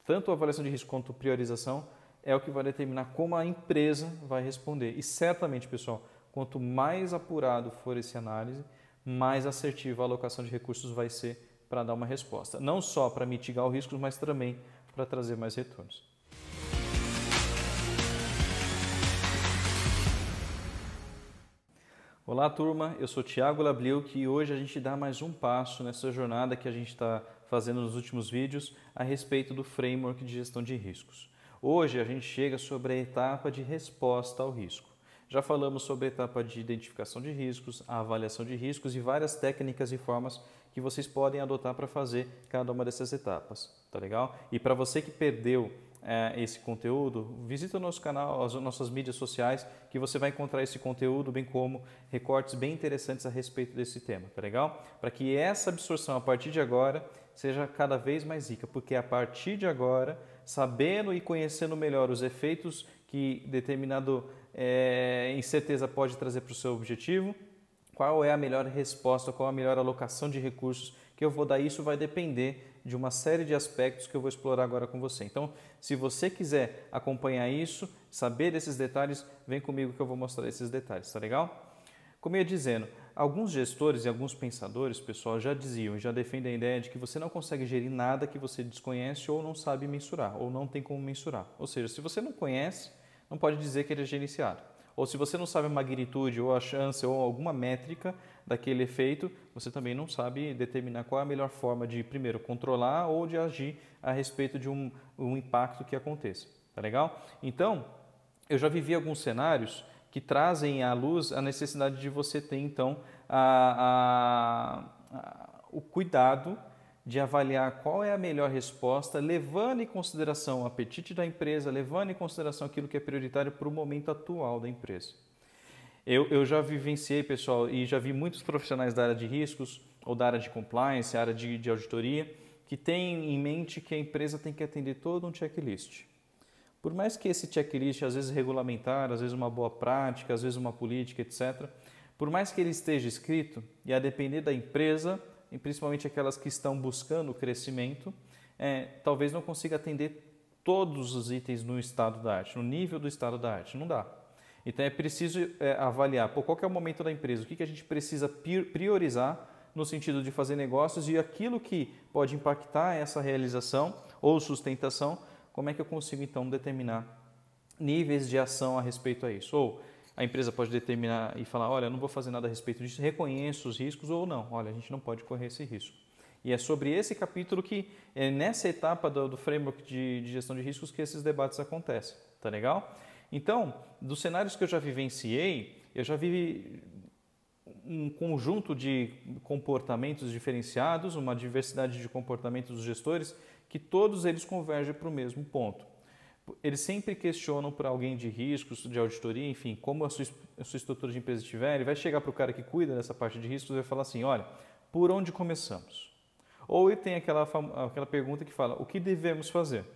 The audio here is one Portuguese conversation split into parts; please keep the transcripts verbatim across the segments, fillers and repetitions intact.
tanto a avaliação de risco quanto a priorização é o que vai determinar como a empresa vai responder. E certamente, pessoal, quanto mais apurado for essa análise, mais assertiva a alocação de recursos vai ser para dar uma resposta. Não só para mitigar o risco, mas também para trazer mais retornos. Olá, turma. Eu sou Thiago Labliuk e hoje a gente dá mais um passo nessa jornada que a gente está fazendo nos últimos vídeos a respeito do framework de gestão de riscos. Hoje a gente chega sobre a etapa de resposta ao risco. Já falamos sobre a etapa de identificação de riscos, a avaliação de riscos e várias técnicas e formas que vocês podem adotar para fazer cada uma dessas etapas, tá legal? E para você que perdeu é, esse conteúdo, visita o nosso canal, as nossas mídias sociais, que você vai encontrar esse conteúdo, bem como recortes bem interessantes a respeito desse tema, tá legal? Para que essa absorção a partir de agora seja cada vez mais rica, porque a partir de agora, sabendo e conhecendo melhor os efeitos que determinado é, incerteza pode trazer para o seu objetivo, qual é a melhor resposta, qual a melhor alocação de recursos que eu vou dar, isso vai depender de uma série de aspectos que eu vou explorar agora com você. Então, se você quiser acompanhar isso, saber desses detalhes, vem comigo que eu vou mostrar esses detalhes, tá legal? Como eu ia dizendo, alguns gestores e alguns pensadores, pessoal, já diziam, já defendem a ideia de que você não consegue gerir nada que você desconhece ou não sabe mensurar, ou não tem como mensurar. Ou seja, se você não conhece, não pode dizer que ele é gerenciado. Ou se você não sabe a magnitude ou a chance ou alguma métrica daquele efeito, você também não sabe determinar qual é a melhor forma de, primeiro, controlar ou de agir a respeito de um, um impacto que aconteça. Tá legal? Então, eu já vivi alguns cenários que trazem à luz a necessidade de você ter, então, a, a, a, o cuidado de avaliar qual é a melhor resposta, levando em consideração o apetite da empresa, levando em consideração aquilo que é prioritário para o momento atual da empresa. Eu, eu já vivenciei, pessoal, e já vi muitos profissionais da área de riscos ou da área de compliance, área de, de auditoria, que têm em mente que a empresa tem que atender todo um checklist. Por mais que esse checklist, às vezes regulamentar, às vezes uma boa prática, às vezes uma política, etcétera, por mais que ele esteja escrito, e a depender da empresa, e principalmente aquelas que estão buscando o crescimento, é, talvez não consiga atender todos os itens no estado da arte, no nível do estado da arte, não dá. Então é preciso é, avaliar pô, qual que é o momento da empresa, o que, que a gente precisa priorizar no sentido de fazer negócios e aquilo que pode impactar essa realização ou sustentação, como é que eu consigo então determinar níveis de ação a respeito a isso. Ou a empresa pode determinar e falar, olha, eu não vou fazer nada a respeito disso, reconheço os riscos ou não, olha, a gente não pode correr esse risco. E é sobre esse capítulo que, é nessa etapa do, do framework de, de gestão de riscos que esses debates acontecem, tá legal? Então, dos cenários que eu já vivenciei, eu já vi um conjunto de comportamentos diferenciados, uma diversidade de comportamentos dos gestores, que todos eles convergem para o mesmo ponto. Eles sempre questionam para alguém de riscos, de auditoria, enfim, como a sua, a sua estrutura de empresa estiver, ele vai chegar para o cara que cuida dessa parte de riscos e vai falar assim, olha, por onde começamos? Ou ele tem aquela, aquela pergunta que fala, o que devemos fazer?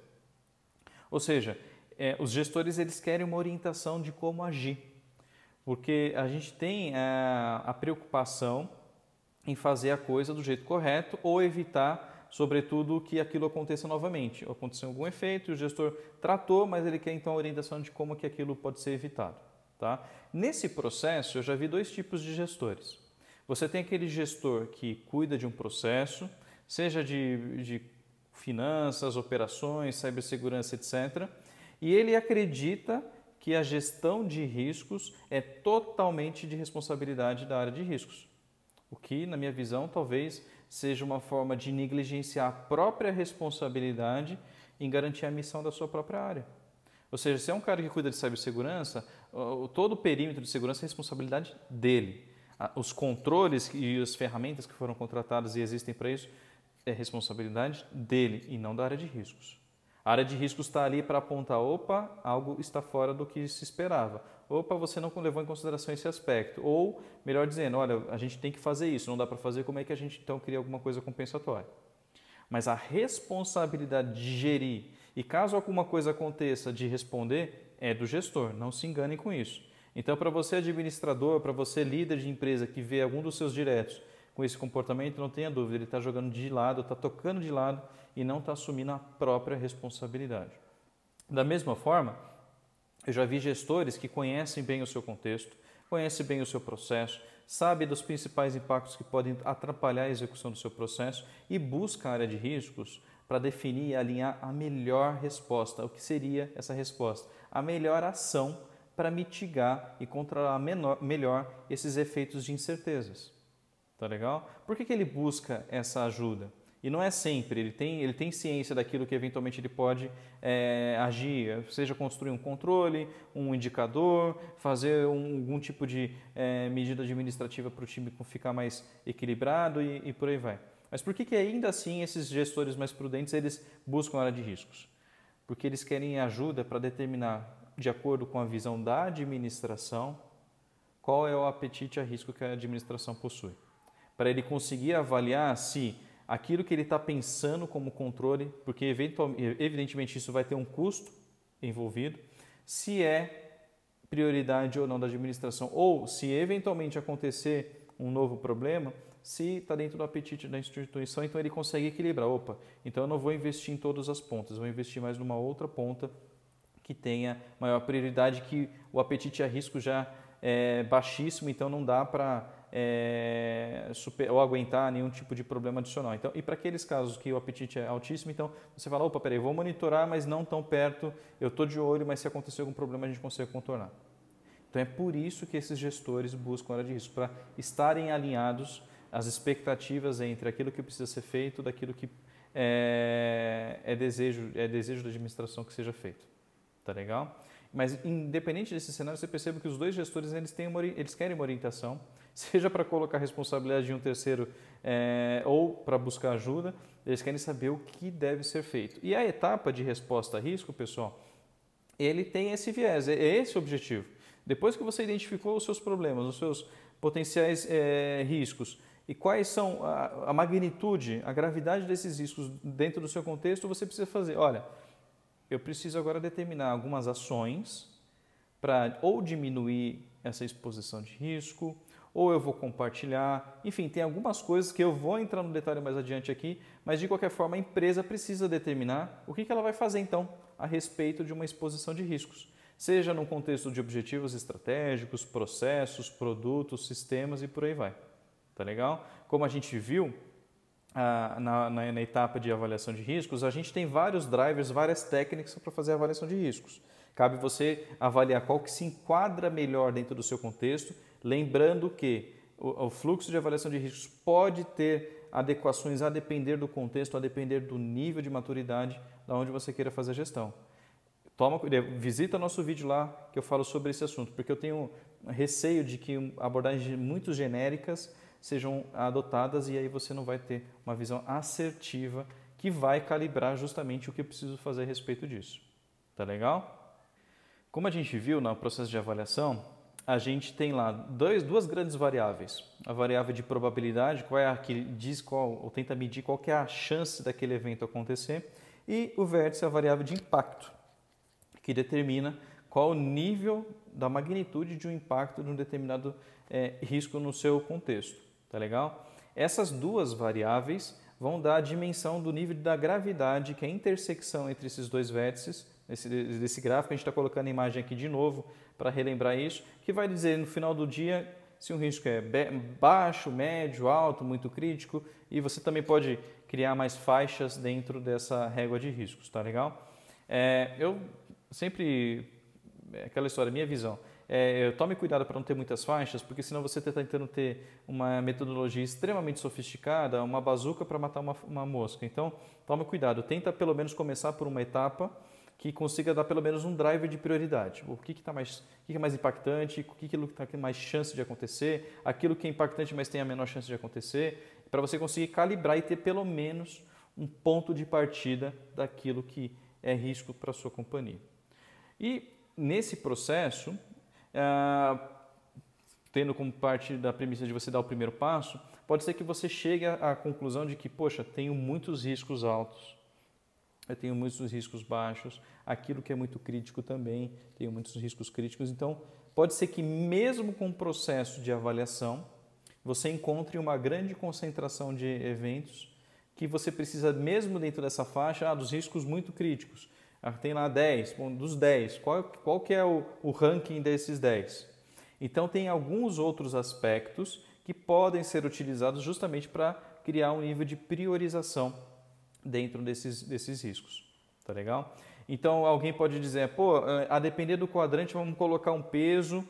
Ou seja, é, os gestores eles querem uma orientação de como agir, porque a gente tem a, a preocupação em fazer a coisa do jeito correto ou evitar sobretudo que aquilo aconteça novamente. Aconteceu algum efeito, o gestor tratou, mas ele quer então a orientação de como que aquilo pode ser evitado. Tá? Nesse processo, eu já vi dois tipos de gestores. Você tem aquele gestor que cuida de um processo, seja de, de finanças, operações, cibersegurança, etcétera, e ele acredita que a gestão de riscos é totalmente de responsabilidade da área de riscos. O que, na minha visão, talvez seja uma forma de negligenciar a própria responsabilidade em garantir a missão da sua própria área. Ou seja, se é um cara que cuida de cibersegurança, todo o perímetro de segurança é responsabilidade dele. Os controles e as ferramentas que foram contratadas e existem para isso é responsabilidade dele e não da área de riscos. A área de riscos está ali para apontar, opa, algo está fora do que se esperava. Opa, você não levou em consideração esse aspecto. Ou, melhor dizendo, olha, a gente tem que fazer isso, não dá para fazer, como é que a gente então cria alguma coisa compensatória? Mas a responsabilidade de gerir e caso alguma coisa aconteça de responder é do gestor, não se enganem com isso. Então, para você administrador, para você líder de empresa que vê algum dos seus diretos com esse comportamento, não tenha dúvida, ele está jogando de lado, está tocando de lado e não está assumindo a própria responsabilidade. Da mesma forma, eu já vi gestores que conhecem bem o seu contexto, conhecem bem o seu processo, sabem dos principais impactos que podem atrapalhar a execução do seu processo e buscam a área de riscos para definir e alinhar a melhor resposta. O que seria essa resposta? A melhor ação para mitigar e controlar menor, melhor esses efeitos de incertezas. Tá legal? Por que que ele busca essa ajuda? E não é sempre, ele tem, ele tem ciência daquilo que eventualmente ele pode é, agir, seja construir um controle, um indicador, fazer um, algum tipo de é, medida administrativa para o time ficar mais equilibrado e, e por aí vai. Mas por que que ainda assim esses gestores mais prudentes eles buscam a área de riscos? Porque eles querem ajuda para determinar, de acordo com a visão da administração, qual é o apetite a risco que a administração possui. Para ele conseguir avaliar se aquilo que ele está pensando como controle, porque evidentemente isso vai ter um custo envolvido, se é prioridade ou não da administração, ou se eventualmente acontecer um novo problema, se está dentro do apetite da instituição, então ele consegue equilibrar. Opa, então eu não vou investir em todas as pontas, vou investir mais numa outra ponta que tenha maior prioridade, que o apetite a risco já é baixíssimo, então não dá para é, super, ou aguentar nenhum tipo de problema adicional. Então, e para aqueles casos que o apetite é altíssimo, então você fala, opa, peraí, vou monitorar, mas não tão perto, eu estou de olho, mas se acontecer algum problema a gente consegue contornar. Então é por isso que esses gestores buscam a área de risco, para estarem alinhados as expectativas entre aquilo que precisa ser feito, daquilo que é, é, desejo, é desejo da administração que seja feito. Tá legal? Mas independente desse cenário, você percebe que os dois gestores eles, têm uma, eles querem uma orientação, seja para colocar a responsabilidade de um terceiro é, ou para buscar ajuda, eles querem saber o que deve ser feito. E a etapa de resposta a risco, pessoal, ele tem esse viés, é esse o objetivo. Depois que você identificou os seus problemas, os seus potenciais é, riscos e quais são a, a magnitude, a gravidade desses riscos dentro do seu contexto, você precisa fazer, olha, eu preciso agora determinar algumas ações para ou diminuir essa exposição de risco, ou eu vou compartilhar, enfim, tem algumas coisas que eu vou entrar no detalhe mais adiante aqui, mas de qualquer forma a empresa precisa determinar o que ela vai fazer então a respeito de uma exposição de riscos, seja num contexto de objetivos estratégicos, processos, produtos, sistemas e por aí vai. Tá legal? Como a gente viu, Na, na, na etapa de avaliação de riscos, a gente tem vários drivers, várias técnicas para fazer a avaliação de riscos. Cabe você avaliar qual que se enquadra melhor dentro do seu contexto, lembrando que o, o fluxo de avaliação de riscos pode ter adequações a depender do contexto, a depender do nível de maturidade da onde você queira fazer a gestão. Toma, visita nosso vídeo lá que eu falo sobre esse assunto, porque eu tenho receio de que abordagens muito genéricas sejam adotadas e aí você não vai ter uma visão assertiva que vai calibrar justamente o que eu preciso fazer a respeito disso. Tá legal? Como a gente viu no processo de avaliação, a gente tem lá dois, duas grandes variáveis. A variável de probabilidade, qual é a que diz qual, ou tenta medir qual que é a chance daquele evento acontecer, e o vértice, a variável de impacto, que determina qual o nível da magnitude de um impacto de um determinado é, risco no seu contexto. Tá legal? Essas duas variáveis vão dar a dimensão do nível da gravidade, que é a intersecção entre esses dois vértices. Esse, desse gráfico, a gente está colocando a imagem aqui de novo para relembrar isso, que vai dizer no final do dia se um risco é baixo, médio, alto, muito crítico, e você também pode criar mais faixas dentro dessa régua de riscos, tá legal? É, eu sempre, aquela história, minha visão, É, tome cuidado para não ter muitas faixas, porque senão você está tentando ter uma metodologia extremamente sofisticada, uma bazuca para matar uma, uma mosca. Então, tome cuidado, tenta pelo menos começar por uma etapa que consiga dar pelo menos um driver de prioridade. O que está mais, o que é mais impactante, o que está com mais chance de acontecer, aquilo que é impactante, mas tem a menor chance de acontecer, para você conseguir calibrar e ter pelo menos um ponto de partida daquilo que é risco para a sua companhia. E nesse processo, Uh, tendo como parte da premissa de você dar o primeiro passo, pode ser que você chegue à, à conclusão de que, poxa, tenho muitos riscos altos, eu tenho muitos riscos baixos, aquilo que é muito crítico também, tenho muitos riscos críticos. Então, pode ser que mesmo com o processo de avaliação, você encontre uma grande concentração de eventos que você precisa, mesmo dentro dessa faixa, ah, dos riscos muito críticos. Ah, tem lá dez, bom, dos dez, qual, qual que é o, o ranking desses dez? Então tem alguns outros aspectos que podem ser utilizados justamente para criar um nível de priorização dentro desses, desses riscos. Tá legal? Então alguém pode dizer, pô, a depender do quadrante vamos colocar um peso,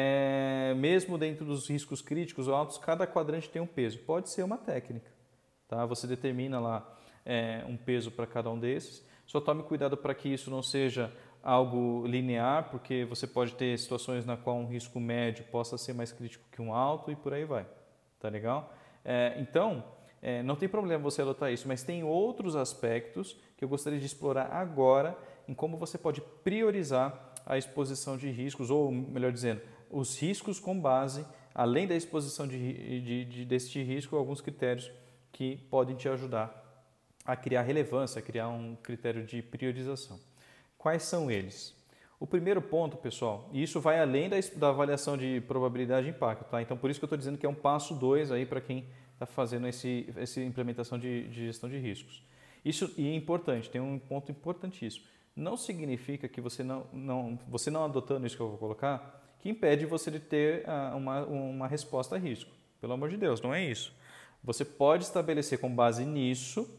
é, mesmo dentro dos riscos críticos ou altos, cada quadrante tem um peso. Pode ser uma técnica. Tá? Você determina lá é, um peso para cada um desses. Só tome cuidado para que isso não seja algo linear, porque você pode ter situações na qual um risco médio possa ser mais crítico que um alto e por aí vai. Tá legal? É, então, é, não tem problema você adotar isso, mas tem outros aspectos que eu gostaria de explorar agora em como você pode priorizar a exposição de riscos, ou melhor dizendo, os riscos com base, além da exposição de, de, de, deste risco, alguns critérios que podem te ajudar a criar relevância, a criar um critério de priorização. Quais são eles? O primeiro ponto, pessoal, e isso vai além da, da avaliação de probabilidade de impacto, tá? Então, por isso que eu estou dizendo que é um passo dois aí para quem está fazendo esse, essa implementação de, de gestão de riscos. Isso e é importante, tem um ponto importantíssimo. Não significa que você não, não, você não adotando isso que eu vou colocar, que impede você de ter uh, uma, uma resposta a risco. Pelo amor de Deus, não é isso. Você pode estabelecer com base nisso,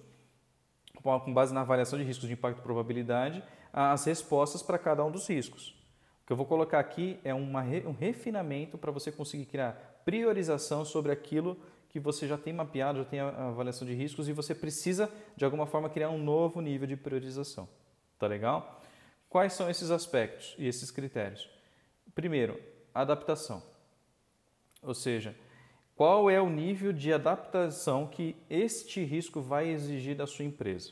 com base na avaliação de riscos de impacto e probabilidade, as respostas para cada um dos riscos. O que eu vou colocar aqui é uma, um refinamento para você conseguir criar priorização sobre aquilo que você já tem mapeado, já tem a avaliação de riscos e você precisa, de alguma forma, criar um novo nível de priorização. Tá legal? Quais são esses aspectos e esses critérios? Primeiro, adaptação. Ou seja, qual é o nível de adaptação que este risco vai exigir da sua empresa?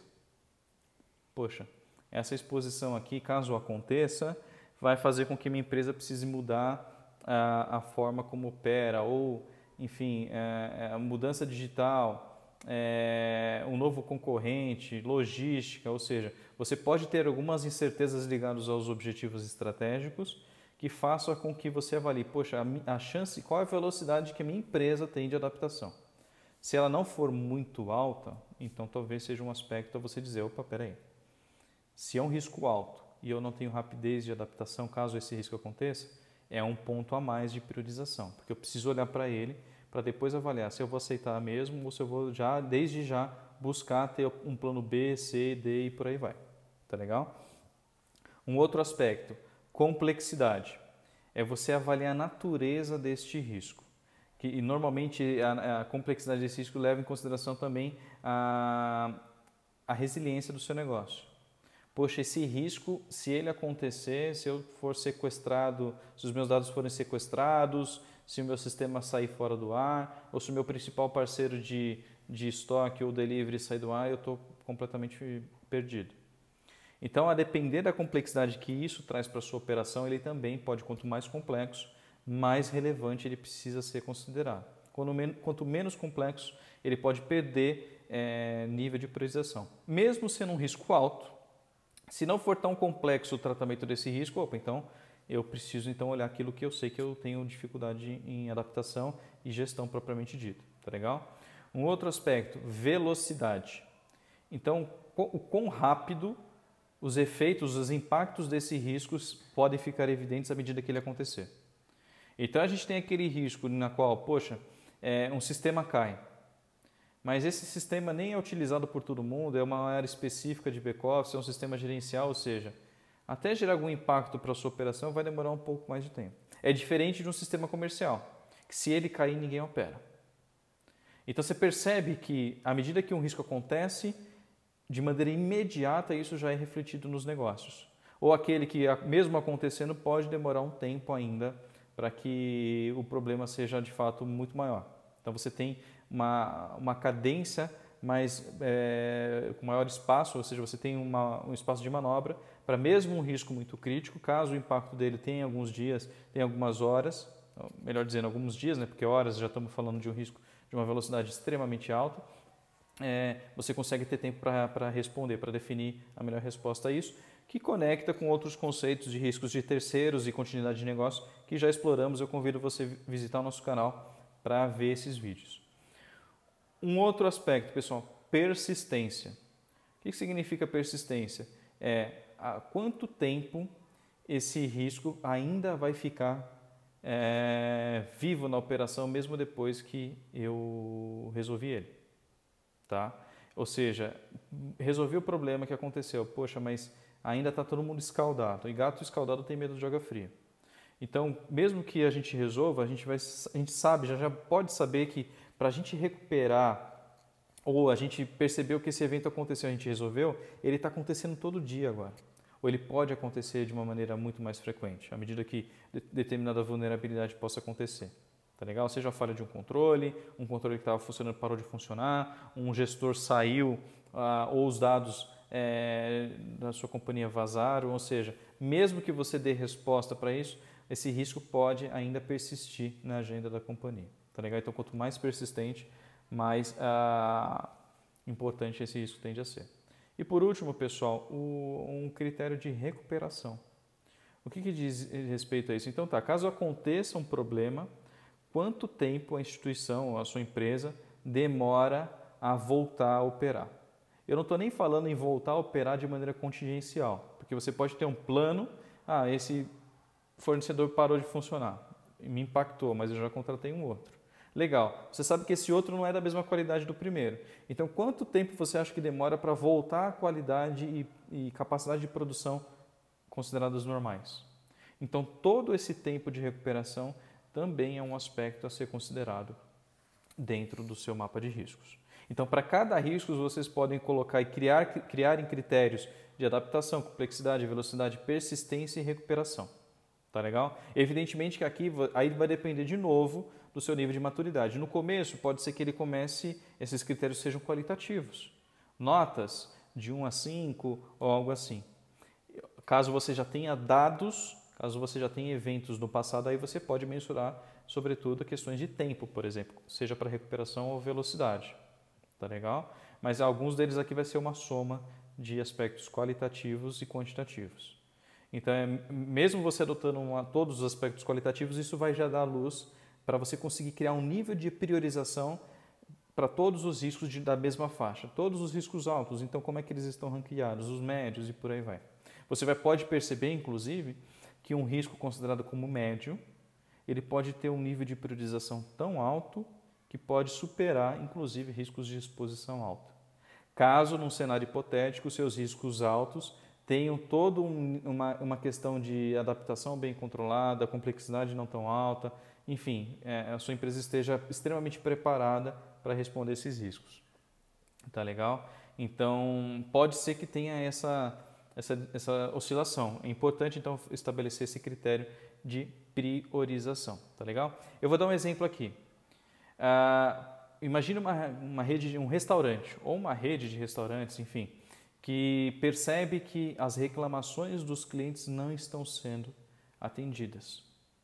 Poxa, essa exposição aqui, caso aconteça, vai fazer com que minha empresa precise mudar a, a forma como opera, ou, enfim, é, a mudança digital, é, um novo concorrente, logística, ou seja, você pode ter algumas incertezas ligadas aos objetivos estratégicos que façam com que você avalie, poxa, a, a chance, qual é a velocidade que a minha empresa tem de adaptação? Se ela não for muito alta, então talvez seja um aspecto a você dizer, opa, peraí, se é um risco alto e eu não tenho rapidez de adaptação caso esse risco aconteça, é um ponto a mais de priorização, porque eu preciso olhar para ele para depois avaliar se eu vou aceitar mesmo ou se eu vou já, desde já, buscar ter um plano B, C, D e por aí vai. Tá legal? Um outro aspecto, complexidade. É você avaliar a natureza deste risco. Que, e normalmente a, a complexidade desse risco leva em consideração também a, a resiliência do seu negócio. Poxa, esse risco, se ele acontecer, se eu for sequestrado, se os meus dados forem sequestrados, se o meu sistema sair fora do ar, ou se o meu principal parceiro de, de estoque ou delivery sair do ar, eu estou completamente perdido. Então, a depender da complexidade que isso traz para a sua operação, ele também pode, quanto mais complexo, mais relevante ele precisa ser considerado. Quanto, men quanto menos complexo, ele pode perder é, nível de priorização. Mesmo sendo um risco alto, se não for tão complexo o tratamento desse risco, opa, então eu preciso então olhar aquilo que eu sei que eu tenho dificuldade em adaptação e gestão propriamente dita. Tá legal? Um outro aspecto, velocidade. Então, o quão rápido os efeitos, os impactos desses riscos podem ficar evidentes à medida que ele acontecer. Então, a gente tem aquele risco na qual, poxa, é, um sistema cai. Mas esse sistema nem é utilizado por todo mundo, é uma área específica de back-office, é um sistema gerencial, ou seja, até gerar algum impacto para a sua operação vai demorar um pouco mais de tempo. É diferente de um sistema comercial, que se ele cair, ninguém opera. Então você percebe que, à medida que um risco acontece, de maneira imediata isso já é refletido nos negócios. Ou aquele que, mesmo acontecendo, pode demorar um tempo ainda para que o problema seja de fato muito maior. Então você tem uma, uma cadência mais, é, com maior espaço, ou seja, você tem uma, um espaço de manobra para mesmo um risco muito crítico, caso o impacto dele tenha alguns dias, tenha algumas horas, melhor dizendo, alguns dias, né, porque horas já estamos falando de um risco de uma velocidade extremamente alta, é, você consegue ter tempo para responder, para definir a melhor resposta a isso, que conecta com outros conceitos de riscos de terceiros e continuidade de negócio que já exploramos. Eu convido você a visitar o nosso canal para ver esses vídeos. Um outro aspecto, pessoal, persistência. O que significa persistência? É há quanto tempo esse risco ainda vai ficar é, vivo na operação mesmo depois que eu resolvi ele, tá? Ou seja, resolvi o problema que aconteceu, poxa, mas ainda está todo mundo escaldado, e gato escaldado tem medo de água fria. Então, mesmo que a gente resolva, a gente, vai, a gente sabe, já, já pode saber que para a gente recuperar ou a gente percebeu que esse evento aconteceu, a gente resolveu, ele está acontecendo todo dia agora. Ou ele pode acontecer de uma maneira muito mais frequente, à medida que de, determinada vulnerabilidade possa acontecer. Tá legal? Seja a falha de um controle, um controle que estava funcionando parou de funcionar, um gestor saiu ah, ou os dados é, da sua companhia vazaram, ou seja, mesmo que você dê resposta para isso, esse risco pode ainda persistir na agenda da companhia. Tá legal? Então, quanto mais persistente, mais ah, importante esse risco tende a ser. E por último, pessoal, o, um critério de recuperação. O que, que diz respeito a isso? Então tá, caso aconteça um problema, quanto tempo a instituição, a sua empresa, demora a voltar a operar? Eu não estou nem falando em voltar a operar de maneira contingencial, porque você pode ter um plano, ah, esse fornecedor parou de funcionar, me impactou, mas eu já contratei um outro. Legal, você sabe que esse outro não é da mesma qualidade do primeiro. Então, quanto tempo você acha que demora para voltar à qualidade e, e capacidade de produção consideradas normais? Então, todo esse tempo de recuperação também é um aspecto a ser considerado dentro do seu mapa de riscos. Então, para cada risco, vocês podem colocar e criar, criar em critérios de adaptação, complexidade, velocidade, persistência e recuperação. Tá legal? Evidentemente que aqui aí vai depender de novo do seu nível de maturidade. No começo, pode ser que ele comece, esses critérios sejam qualitativos. Notas de um a cinco ou algo assim. Caso você já tenha dados, caso você já tenha eventos no passado, aí você pode mensurar, sobretudo, questões de tempo, por exemplo, seja para recuperação ou velocidade. Tá legal? Mas alguns deles aqui vai ser uma soma de aspectos qualitativos e quantitativos. Então, é, mesmo você adotando uma, todos os aspectos qualitativos, isso vai já dar luz para você conseguir criar um nível de priorização para todos os riscos de, da mesma faixa. Todos os riscos altos, então como é que eles estão ranqueados, os médios e por aí vai. Você vai, pode perceber, inclusive, que um risco considerado como médio, ele pode ter um nível de priorização tão alto que pode superar, inclusive, riscos de exposição alta. Caso, num cenário hipotético, seus riscos altos tenham toda um, uma, uma questão de adaptação bem controlada, complexidade não tão alta, enfim, é, a sua empresa esteja extremamente preparada para responder esses riscos. Tá legal? Então, pode ser que tenha essa, essa, essa oscilação. É importante, então, estabelecer esse critério de priorização. Tá legal? Eu vou dar um exemplo aqui. Ah, imagina uma, uma rede, um restaurante, ou uma rede de restaurantes, enfim, que percebe que as reclamações dos clientes não estão sendo atendidas.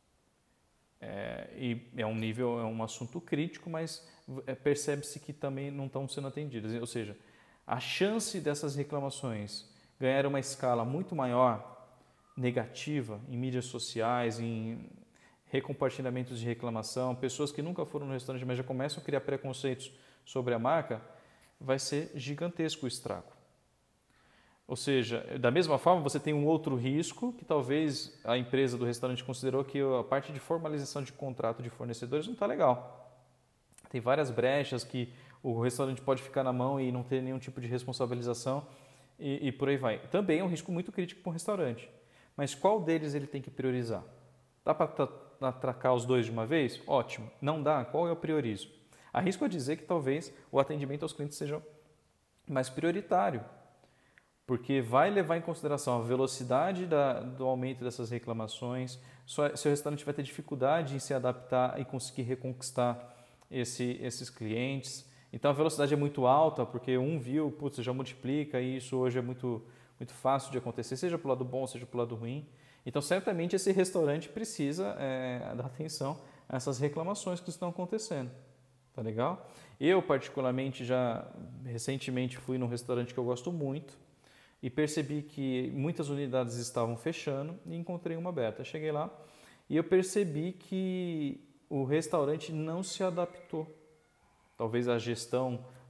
É, e é um nível, é um assunto crítico, mas percebe-se que também não estão sendo atendidas. Ou seja, a chance dessas reclamações ganhar uma escala muito maior, negativa, em mídias sociais, em recompartilhamentos de reclamação, pessoas que nunca foram no restaurante, mas já começam a criar preconceitos sobre a marca, vai ser gigantesco o estrago. Ou seja, da mesma forma, você tem um outro risco que talvez a empresa do restaurante considerou que a parte de formalização de contrato de fornecedores não está legal. Tem várias brechas que o restaurante pode ficar na mão e não ter nenhum tipo de responsabilização e, e por aí vai. Também é um risco muito crítico para um restaurante. Mas qual deles ele tem que priorizar? Dá para atracar os dois de uma vez? Ótimo. Não dá? Qual eu priorizo? Arrisco a dizer que talvez o atendimento aos clientes seja mais prioritário, porque vai levar em consideração a velocidade da, do aumento dessas reclamações, sua, seu restaurante vai ter dificuldade em se adaptar e conseguir reconquistar esse, esses clientes. Então a velocidade é muito alta, porque um viu, putz, já multiplica, e isso hoje é muito, muito fácil de acontecer, seja para o lado bom, seja para o lado ruim. Então certamente esse restaurante precisa é, dar atenção a essas reclamações que estão acontecendo. Tá legal? Eu particularmente já recentemente fui num restaurante que eu gosto muito, e percebi que muitas unidades estavam fechando e encontrei uma aberta. Cheguei lá e eu percebi que o restaurante não se adaptou. Talvez a gestão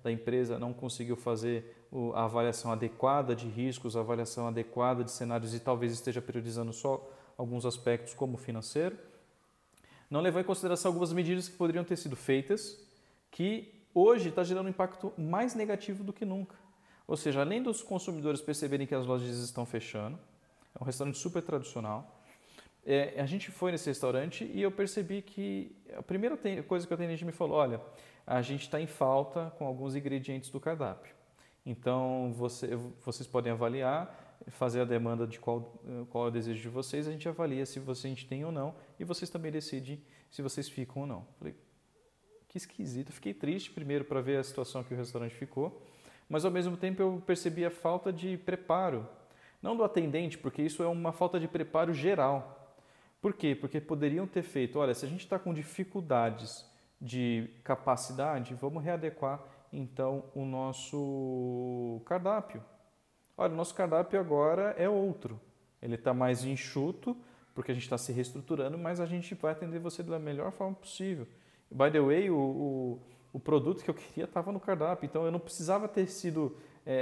da empresa não conseguiu fazer a avaliação adequada de riscos, a avaliação adequada de cenários e talvez esteja priorizando só alguns aspectos como financeiro. Não levou em consideração algumas medidas que poderiam ter sido feitas, que hoje está gerando um impacto mais negativo do que nunca. Ou seja, além dos consumidores perceberem que as lojas estão fechando, é um restaurante super tradicional, é, a gente foi nesse restaurante e eu percebi que a primeira coisa que o atendente me falou, olha, a gente está em falta com alguns ingredientes do cardápio. Então, você, vocês podem avaliar, fazer a demanda de qual, qual é o desejo de vocês, a gente avalia se você, a gente tem ou não, e vocês também decidem se vocês ficam ou não. Falei, que esquisito. Fiquei triste primeiro para ver a situação que o restaurante ficou, mas ao mesmo tempo eu percebi a falta de preparo. Não do atendente, porque isso é uma falta de preparo geral. Por quê? Porque poderiam ter feito, olha, se a gente está com dificuldades de capacidade, vamos readequar então o nosso cardápio. Olha, o nosso cardápio agora é outro. Ele está mais enxuto, porque a gente está se reestruturando, mas a gente vai atender você da melhor forma possível. By the way, o, o, o produto que eu queria estava no cardápio, então eu não precisava ter sido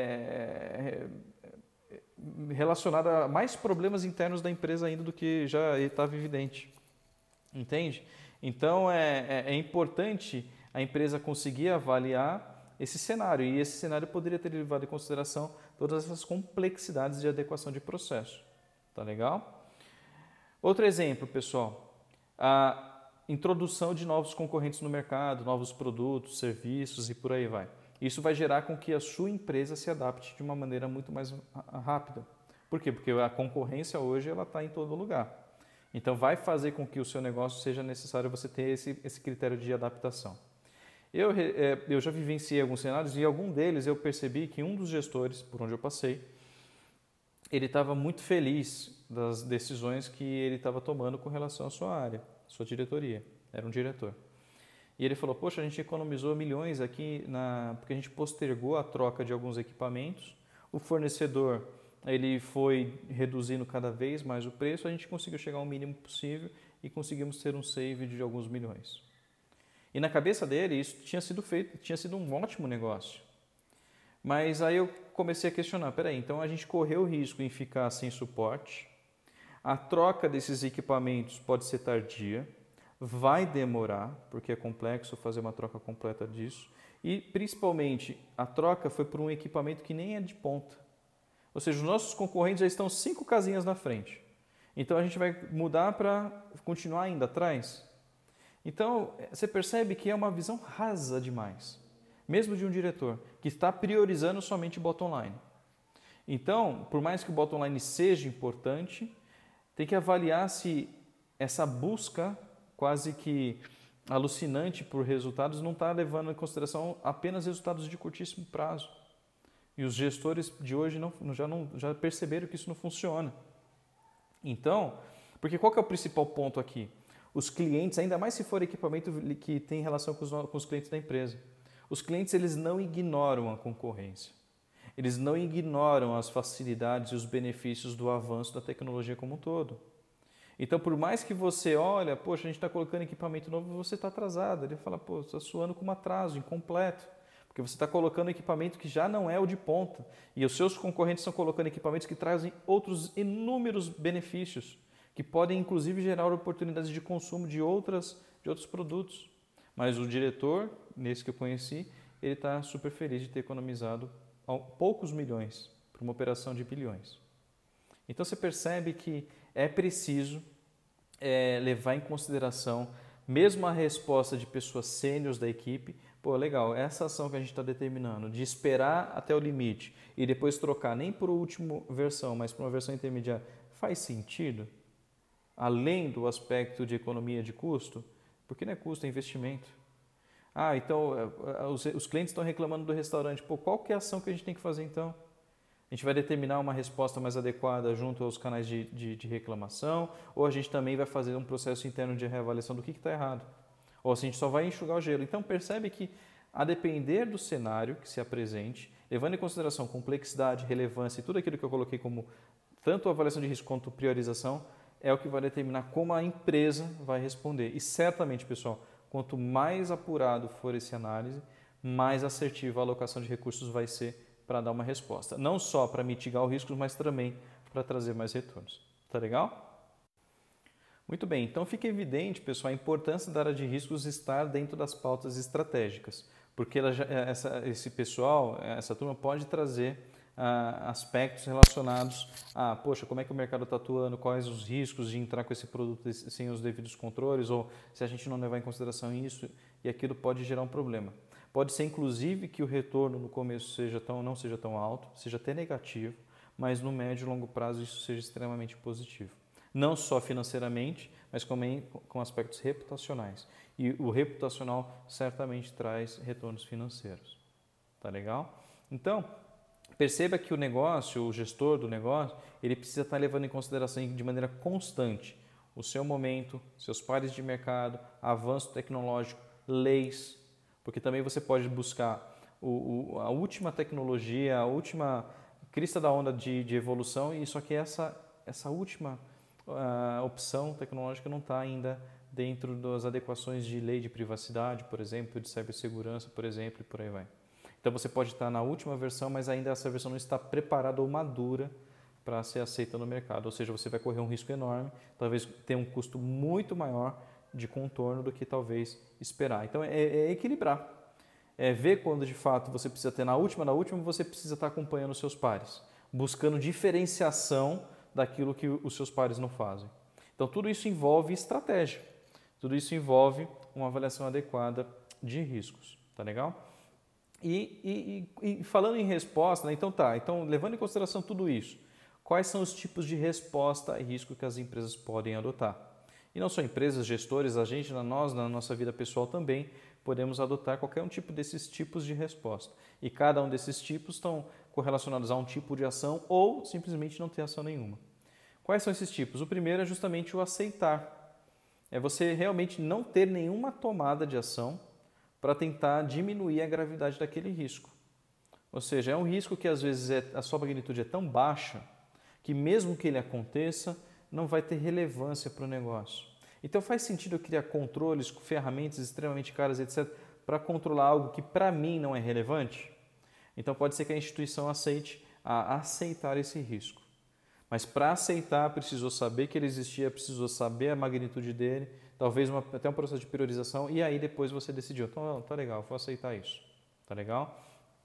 é, relacionado a mais problemas internos da empresa ainda do que já estava evidente. Entende? Então é, é, é importante a empresa conseguir avaliar esse cenário, e esse cenário poderia ter levado em consideração todas essas complexidades de adequação de processo. Tá legal? Outro exemplo, pessoal, a introdução de novos concorrentes no mercado, novos produtos, serviços e por aí vai. Isso vai gerar com que a sua empresa se adapte de uma maneira muito mais rápida. Por quê? Porque a concorrência hoje ela está em todo lugar. Então vai fazer com que o seu negócio seja necessário você ter esse, esse critério de adaptação. Eu, eu já vivenciei alguns cenários e em algum deles eu percebi que um dos gestores, por onde eu passei, ele estava muito feliz das decisões que ele estava tomando com relação à sua área, sua diretoria. Era um diretor. E ele falou, poxa, a gente economizou milhões aqui na... porque a gente postergou a troca de alguns equipamentos. O fornecedor ele foi reduzindo cada vez mais o preço, a gente conseguiu chegar ao mínimo possível e conseguimos ter um save de alguns milhões. E na cabeça dele isso tinha sido feito, tinha sido um ótimo negócio. Mas aí eu comecei a questionar, peraí, então a gente correu o risco em ficar sem suporte, a troca desses equipamentos pode ser tardia, vai demorar, porque é complexo fazer uma troca completa disso, e principalmente a troca foi por um equipamento que nem é de ponta. Ou seja, os nossos concorrentes já estão cinco casinhas na frente. Então a gente vai mudar para continuar ainda atrás? Então você percebe que é uma visão rasa demais, mesmo de um diretor, que está priorizando somente o bottom line. Então, por mais que o bottom line seja importante, tem que avaliar se essa busca quase que alucinante por resultados não está levando em consideração apenas resultados de curtíssimo prazo. E os gestores de hoje não, já, não, já perceberam que isso não funciona. Então, porque qual que é o principal ponto aqui? Os clientes, ainda mais se for equipamento que tem relação com os, com os clientes da empresa, os clientes eles não ignoram a concorrência. Eles não ignoram as facilidades e os benefícios do avanço da tecnologia como um todo. Então, por mais que você olha, poxa, a gente está colocando equipamento novo, você está atrasado. Ele fala, pô, está suando com um atraso, incompleto. Porque você está colocando equipamento que já não é o de ponta. E os seus concorrentes estão colocando equipamentos que trazem outros inúmeros benefícios, que podem, inclusive, gerar oportunidades de consumo de, outras, de outros produtos. Mas o diretor, nesse que eu conheci, ele está super feliz de ter economizado poucos milhões para uma operação de bilhões. Então, você percebe que é preciso é, levar em consideração mesmo a resposta de pessoas sêniores da equipe. Pô, legal, essa ação que a gente está determinando, de esperar até o limite e depois trocar nem por última versão, mas por uma versão intermediária, faz sentido? Além do aspecto de economia de custo, porque não é custo, é investimento. Ah, então os, os clientes estão reclamando do restaurante. Pô, qual que é a ação que a gente tem que fazer então? A gente vai determinar uma resposta mais adequada junto aos canais de, de, de reclamação, ou a gente também vai fazer um processo interno de reavaliação do que está errado. Ou se a gente só vai enxugar o gelo. Então percebe que, a depender do cenário que se apresente, levando em consideração complexidade, relevância e tudo aquilo que eu coloquei como tanto avaliação de risco quanto priorização, é o que vai determinar como a empresa vai responder. E certamente, pessoal, quanto mais apurado for essa análise, mais assertiva a alocação de recursos vai ser para dar uma resposta. Não só para mitigar o risco, mas também para trazer mais retornos. Tá legal? Muito bem, então fica evidente, pessoal, a importância da área de riscos estar dentro das pautas estratégicas, porque ela já, essa, esse pessoal, essa turma pode trazer ah, aspectos relacionados a, poxa, como é que o mercado está atuando, quais os riscos de entrar com esse produto sem os devidos controles, ou se a gente não levar em consideração isso, e aquilo pode gerar um problema. Pode ser, inclusive, que o retorno no começo seja tão, não seja tão alto, seja até negativo, mas no médio e longo prazo isso seja extremamente positivo. Não só financeiramente, mas também com aspectos reputacionais. E o reputacional certamente traz retornos financeiros. Tá legal? Então, perceba que o negócio, o gestor do negócio, ele precisa estar levando em consideração de maneira constante o seu momento, seus pares de mercado, avanço tecnológico, leis, porque também você pode buscar o, o, a última tecnologia, a última crista da onda de, de evolução, e só que essa, essa última a opção tecnológica não está ainda dentro das adequações de lei de privacidade, por exemplo, de cibersegurança, por exemplo, e por aí vai. Então você pode estar na última versão, mas ainda essa versão não está preparada ou madura para ser aceita no mercado, ou seja, você vai correr um risco enorme, talvez tenha um custo muito maior de contorno do que talvez esperar. Então é, é equilibrar, é ver quando de fato você precisa ter na última, na última você precisa estar acompanhando os seus pares, buscando diferenciação daquilo que os seus pares não fazem. Então, tudo isso envolve estratégia, tudo isso envolve uma avaliação adequada de riscos, tá legal? E, e, e falando em resposta, né, então tá, então levando em consideração tudo isso, quais são os tipos de resposta a risco que as empresas podem adotar? E não só empresas, gestores, a gente, nós, na nossa vida pessoal também, podemos adotar qualquer um tipo desses tipos de resposta. E cada um desses tipos estão correlacionados a um tipo de ação ou simplesmente não ter ação nenhuma. Quais são esses tipos? O primeiro é justamente o aceitar. É você realmente não ter nenhuma tomada de ação para tentar diminuir a gravidade daquele risco. Ou seja, é um risco que às vezes é, a sua magnitude é tão baixa que mesmo que ele aconteça, não vai ter relevância para o negócio. Então faz sentido eu criar controles, ferramentas extremamente caras, etcétera, para controlar algo que para mim não é relevante? Então pode ser que a instituição aceite a aceitar esse risco. Mas para aceitar, precisou saber que ele existia, precisou saber a magnitude dele, talvez uma, até um processo de priorização, e aí depois você decidiu, então tá legal, vou aceitar isso. Tá legal?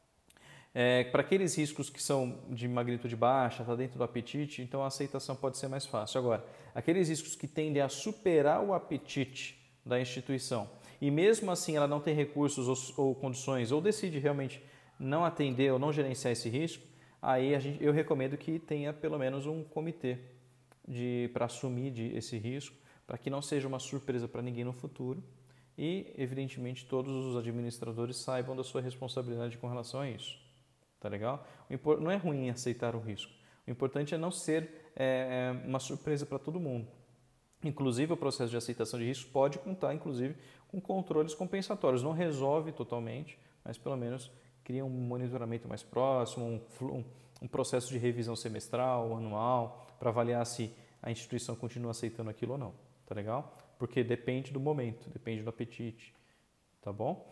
É, para aqueles riscos que são de magnitude baixa, está dentro do apetite, então a aceitação pode ser mais fácil. Agora, aqueles riscos que tendem a superar o apetite da instituição, e mesmo assim ela não tem recursos ou, ou condições, ou decide realmente não atender ou não gerenciar esse risco, aí a gente, eu recomendo que tenha pelo menos um comitê para assumir de, esse risco, para que não seja uma surpresa para ninguém no futuro e, evidentemente, todos os administradores saibam da sua responsabilidade com relação a isso. Tá legal? Não é ruim aceitar o risco. O importante é não ser é, uma surpresa para todo mundo. Inclusive, o processo de aceitação de risco pode contar, inclusive, com controles compensatórios. Não resolve totalmente, mas pelo menos cria um monitoramento mais próximo, um, um processo de revisão semestral, anual, para avaliar se a instituição continua aceitando aquilo ou não. Tá legal? Porque depende do momento, depende do apetite. Tá bom?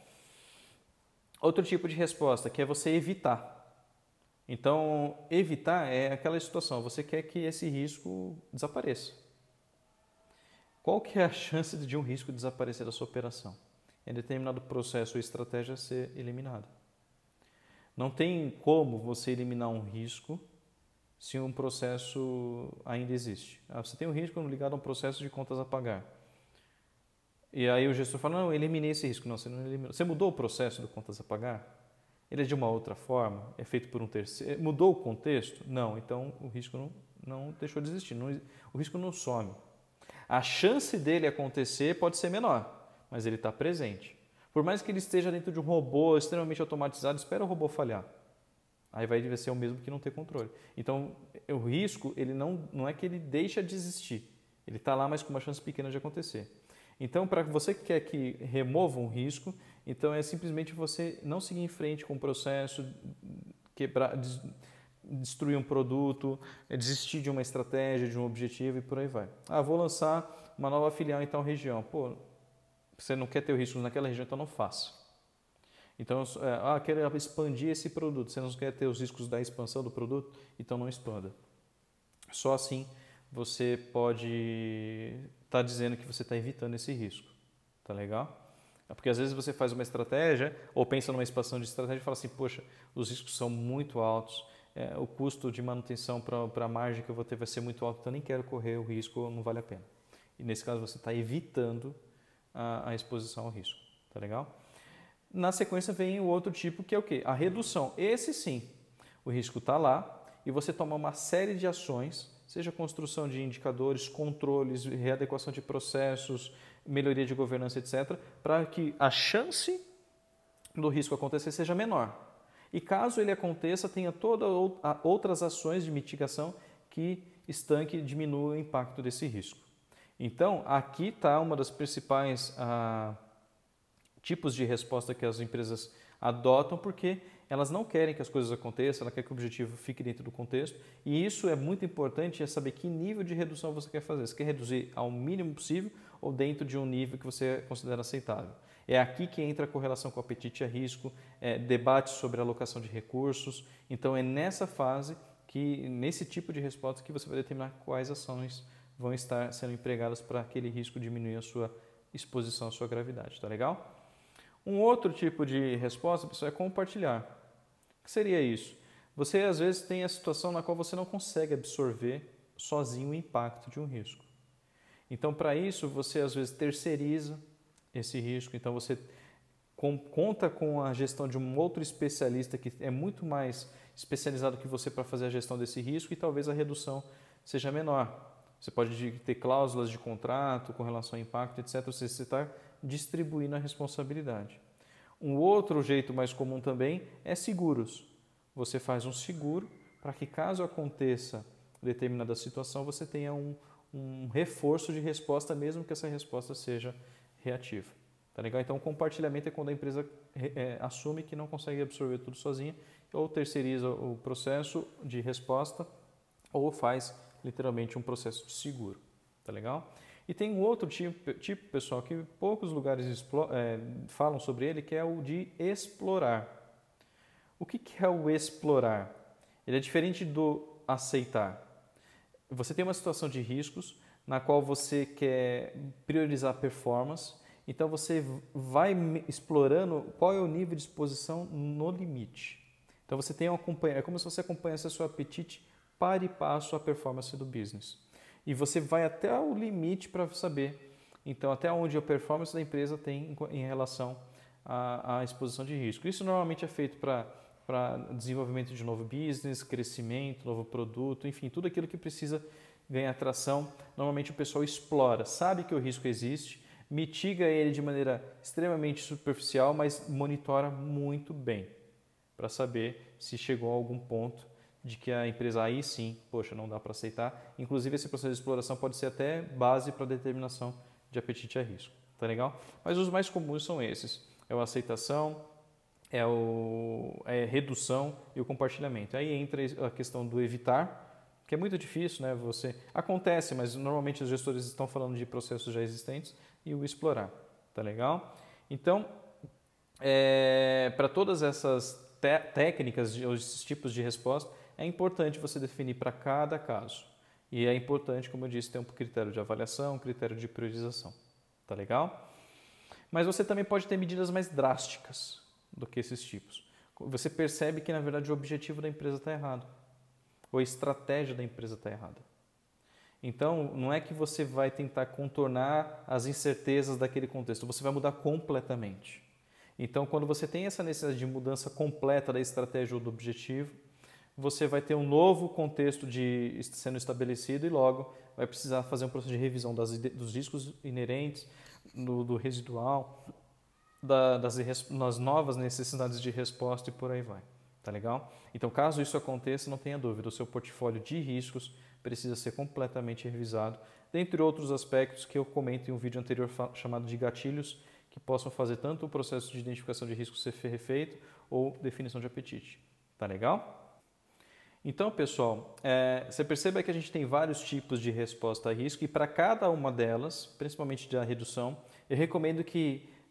Outro tipo de resposta, que é você evitar. Então, evitar é aquela situação, você quer que esse risco desapareça. Qual que é a chance de um risco desaparecer da sua operação? Em determinado processo ou estratégia ser eliminado. Não tem como você eliminar um risco se um processo ainda existe. Você tem um risco ligado a um processo de contas a pagar. E aí o gestor fala, não, eu eliminei esse risco. Não, você não eliminou. Você mudou o processo de contas a pagar? Ele é de uma outra forma? É feito por um terceiro? Mudou o contexto? Não, então o risco não, não deixou de existir. Não, o risco não some. A chance dele acontecer pode ser menor, mas ele está presente. Por mais que ele esteja dentro de um robô extremamente automatizado, espera o robô falhar. Aí vai ser o mesmo que não ter controle. Então, o risco, ele não, não é que ele deixa de existir. Ele está lá, mas com uma chance pequena de acontecer. Então, para você que quer que remova um risco, então é simplesmente você não seguir em frente com o processo, quebrar, destruir um produto, desistir de uma estratégia, de um objetivo e por aí vai. Ah, vou lançar uma nova filial em tal região. Pô, você não quer ter o risco naquela região, então não faça. Então, é, ah, quero expandir esse produto, você não quer ter os riscos da expansão do produto, então não expanda. Só assim você pode estar tá dizendo que você está evitando esse risco, tá legal? Porque às vezes você faz uma estratégia ou pensa numa expansão de estratégia e fala assim, poxa, os riscos são muito altos, é, o custo de manutenção para a margem que eu vou ter vai ser muito alto, então eu nem quero correr o risco, não vale a pena. E nesse caso você está evitando a, a exposição ao risco, tá legal? Na sequência vem o outro tipo que é o quê? A redução. Esse sim, o risco está lá e você toma uma série de ações, seja construção de indicadores, controles, readequação de processos, melhoria de governança, etcétera, para que a chance do risco acontecer seja menor. E caso ele aconteça, tenha todas outras ações de mitigação que estanque e diminuam o impacto desse risco. Então, aqui está uma das principais ah, tipos de resposta que as empresas adotam, porque elas não querem que as coisas aconteçam, elas querem que o objetivo fique dentro do contexto, e isso é muito importante, é saber que nível de redução você quer fazer. Você quer reduzir ao mínimo possível ou dentro de um nível que você considera aceitável. É aqui que entra a correlação com o apetite a risco, é, debate sobre a alocação de recursos. Então é nessa fase, que, nesse tipo de resposta, que você vai determinar quais ações vão estar sendo empregadas para aquele risco diminuir a sua exposição, a sua gravidade. Tá legal? Um outro tipo de resposta, pessoal, é compartilhar. O que seria isso? Você, às vezes, tem a situação na qual você não consegue absorver sozinho o impacto de um risco. Então, para isso, você, às vezes, terceiriza esse risco. Então, você com, conta com a gestão de um outro especialista que é muito mais especializado que você para fazer a gestão desse risco e talvez a redução seja menor. Você pode ter cláusulas de contrato com relação ao impacto, etcétera. Você está distribuindo a responsabilidade. Um outro jeito mais comum também é seguros. Você faz um seguro para que, caso aconteça determinada situação, você tenha um, um reforço de resposta, mesmo que essa resposta seja reativa. Tá legal? Então, o compartilhamento é quando a empresa é, assume que não consegue absorver tudo sozinha, ou terceiriza o processo de resposta, ou faz literalmente um processo de seguro. Tá legal? E tem um outro tipo, tipo pessoal, que poucos lugares explore, é, falam sobre ele, que é o de explorar. O que, que é o explorar? Ele é diferente do aceitar. Você tem uma situação de riscos na qual você quer priorizar a performance, então você vai explorando qual é o nível de exposição no limite. Então você tem um acompanhamento, é como se você acompanhasse o seu apetite para e passo a performance do business. E você vai até o limite para saber, então, até onde a performance da empresa tem em relação à, à exposição de risco. Isso normalmente é feito para para desenvolvimento de novo business, crescimento, novo produto, enfim, tudo aquilo que precisa ganhar tração. Normalmente o pessoal explora, sabe que o risco existe, mitiga ele de maneira extremamente superficial, mas monitora muito bem para saber se chegou a algum ponto de que a empresa aí sim, poxa, não dá para aceitar. Inclusive esse processo de exploração pode ser até base para determinação de apetite a risco, tá legal? Mas os mais comuns são esses, é a aceitação, é, o, é a redução e o compartilhamento. Aí entra a questão do evitar, que é muito difícil, né? Você acontece, mas normalmente os gestores estão falando de processos já existentes, e o explorar, tá legal? Então, é, para todas essas técnicas, esses tipos de resposta, é importante você definir para cada caso. E é importante, como eu disse, ter um critério de avaliação, um critério de priorização. Tá legal? Mas você também pode ter medidas mais drásticas do que esses tipos. Você percebe que, na verdade, o objetivo da empresa está errado. Ou a estratégia da empresa está errada. Então, não é que você vai tentar contornar as incertezas daquele contexto, você vai mudar completamente. Então, quando você tem essa necessidade de mudança completa da estratégia ou do objetivo, você vai ter um novo contexto de, sendo estabelecido e logo vai precisar fazer um processo de revisão das, dos riscos inerentes, do, do residual, da, das, das novas necessidades de resposta e por aí vai. Tá legal? Então, caso isso aconteça, não tenha dúvida, o seu portfólio de riscos precisa ser completamente revisado, dentre outros aspectos que eu comento em um vídeo anterior chamado de gatilhos, que possam fazer tanto o processo de identificação de risco ser refeito ou definição de apetite. Tá legal? Então, pessoal, é, você percebe que a gente tem vários tipos de resposta a risco e para cada uma delas, principalmente da redução, eu recomendo que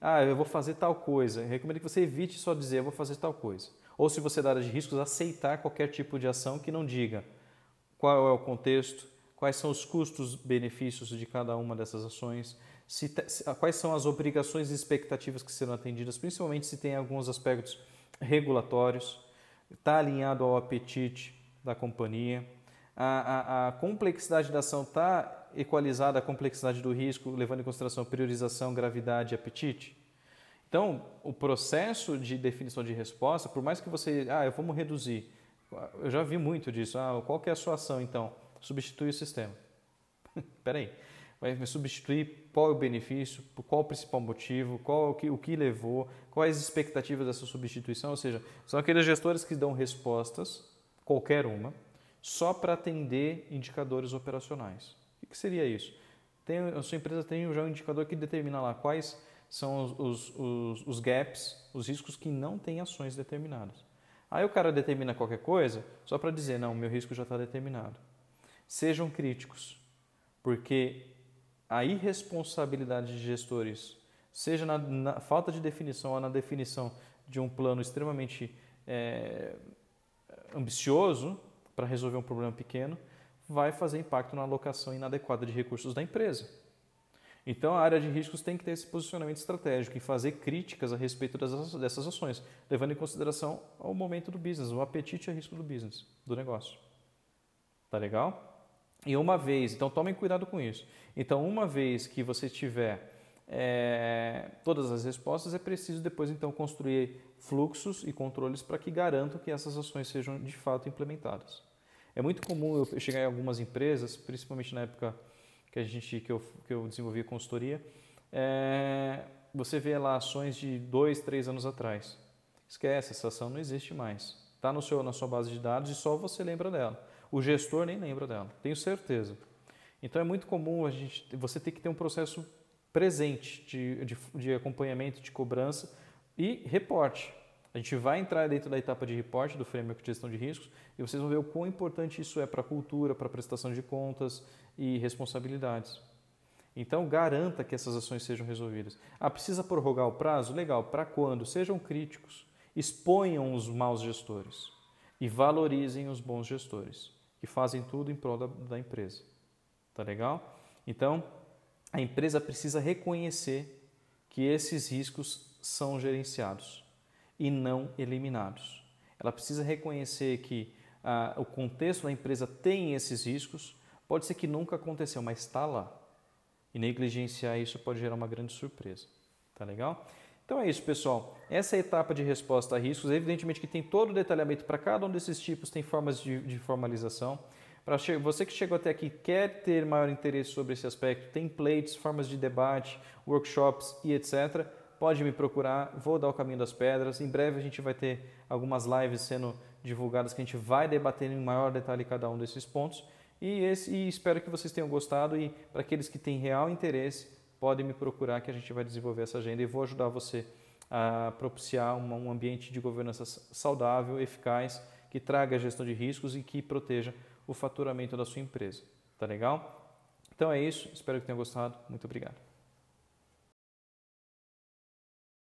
ah, eu vou fazer tal coisa. Eu recomendo que você evite só dizer, eu vou fazer tal coisa. Ou se você é da área de riscos, aceitar qualquer tipo de ação que não diga qual é o contexto, quais são os custos, benefícios de cada uma dessas ações, se, se, quais são as obrigações e expectativas que serão atendidas, principalmente se tem alguns aspectos regulatórios, está alinhado ao apetite da companhia, a, a, a complexidade da ação está equalizada à complexidade do risco, levando em consideração priorização, gravidade e apetite. Então, o processo de definição de resposta, por mais que você, ah, vamos reduzir, eu já vi muito disso, ah, qual que é a sua ação então? Substitui o sistema. Espera aí, vai substituir qual é o benefício, qual o principal motivo, qual o que, o que levou, quais as expectativas dessa substituição, ou seja, são aqueles gestores que dão respostas, qualquer uma, só para atender indicadores operacionais. O que seria isso? Tem, a sua empresa tem já um indicador que determina lá quais são os, os, os, os gaps, os riscos que não têm ações determinadas. Aí o cara determina qualquer coisa só para dizer, não, meu risco já está determinado. Sejam críticos, porque a irresponsabilidade de gestores, seja na, na falta de definição ou na definição de um plano extremamente é, ambicioso para resolver um problema pequeno, vai fazer impacto na alocação inadequada de recursos da empresa. Então, a área de riscos tem que ter esse posicionamento estratégico e fazer críticas a respeito dessas, dessas ações, levando em consideração o momento do business, o apetite a risco do business, do negócio. Tá legal? E uma vez, então tomem cuidado com isso. Então, uma vez que você tiver é, todas as respostas, é preciso depois então construir fluxos e controles para que garantam que essas ações sejam de fato implementadas. É muito comum eu chegar em algumas empresas, principalmente na época que, a gente, que, eu, que eu desenvolvi consultoria, é, você vê lá ações de dois, três anos atrás. Esquece, essa ação não existe mais. Está no seu, na sua base de dados e só você lembra dela. O gestor nem lembra dela, tenho certeza. Então é muito comum a gente, você ter que ter um processo presente de, de, de acompanhamento, de cobrança e reporte. A gente vai entrar dentro da etapa de reporte do framework de gestão de riscos e vocês vão ver o quão importante isso é para a cultura, para a prestação de contas e responsabilidades. Então garanta que essas ações sejam resolvidas. Ah, precisa prorrogar o prazo? Legal, para quando? Sejam críticos, exponham os maus gestores e valorizem os bons gestores, que fazem tudo em prol da, da empresa. Tá legal? Então, a empresa precisa reconhecer que esses riscos são gerenciados e não eliminados. Ela precisa reconhecer que ah, o contexto da empresa tem esses riscos, pode ser que nunca aconteceu, mas está lá. E negligenciar isso pode gerar uma grande surpresa. Tá legal? Então é isso, pessoal. Essa é a etapa de resposta a riscos. Evidentemente que tem todo o detalhamento para cada um desses tipos, tem formas de, de formalização. Para você que chegou até aqui quer ter maior interesse sobre esse aspecto, templates, formas de debate, workshops e etcétera, pode me procurar, vou dar o caminho das pedras. Em breve a gente vai ter algumas lives sendo divulgadas que a gente vai debater em maior detalhe cada um desses pontos. E, esse, e espero que vocês tenham gostado e para aqueles que têm real interesse, podem me procurar que a gente vai desenvolver essa agenda e vou ajudar você a propiciar uma, um ambiente de governança saudável, eficaz, que traga a gestão de riscos e que proteja o faturamento da sua empresa. Tá legal? Então é isso, espero que tenham gostado. Muito obrigado.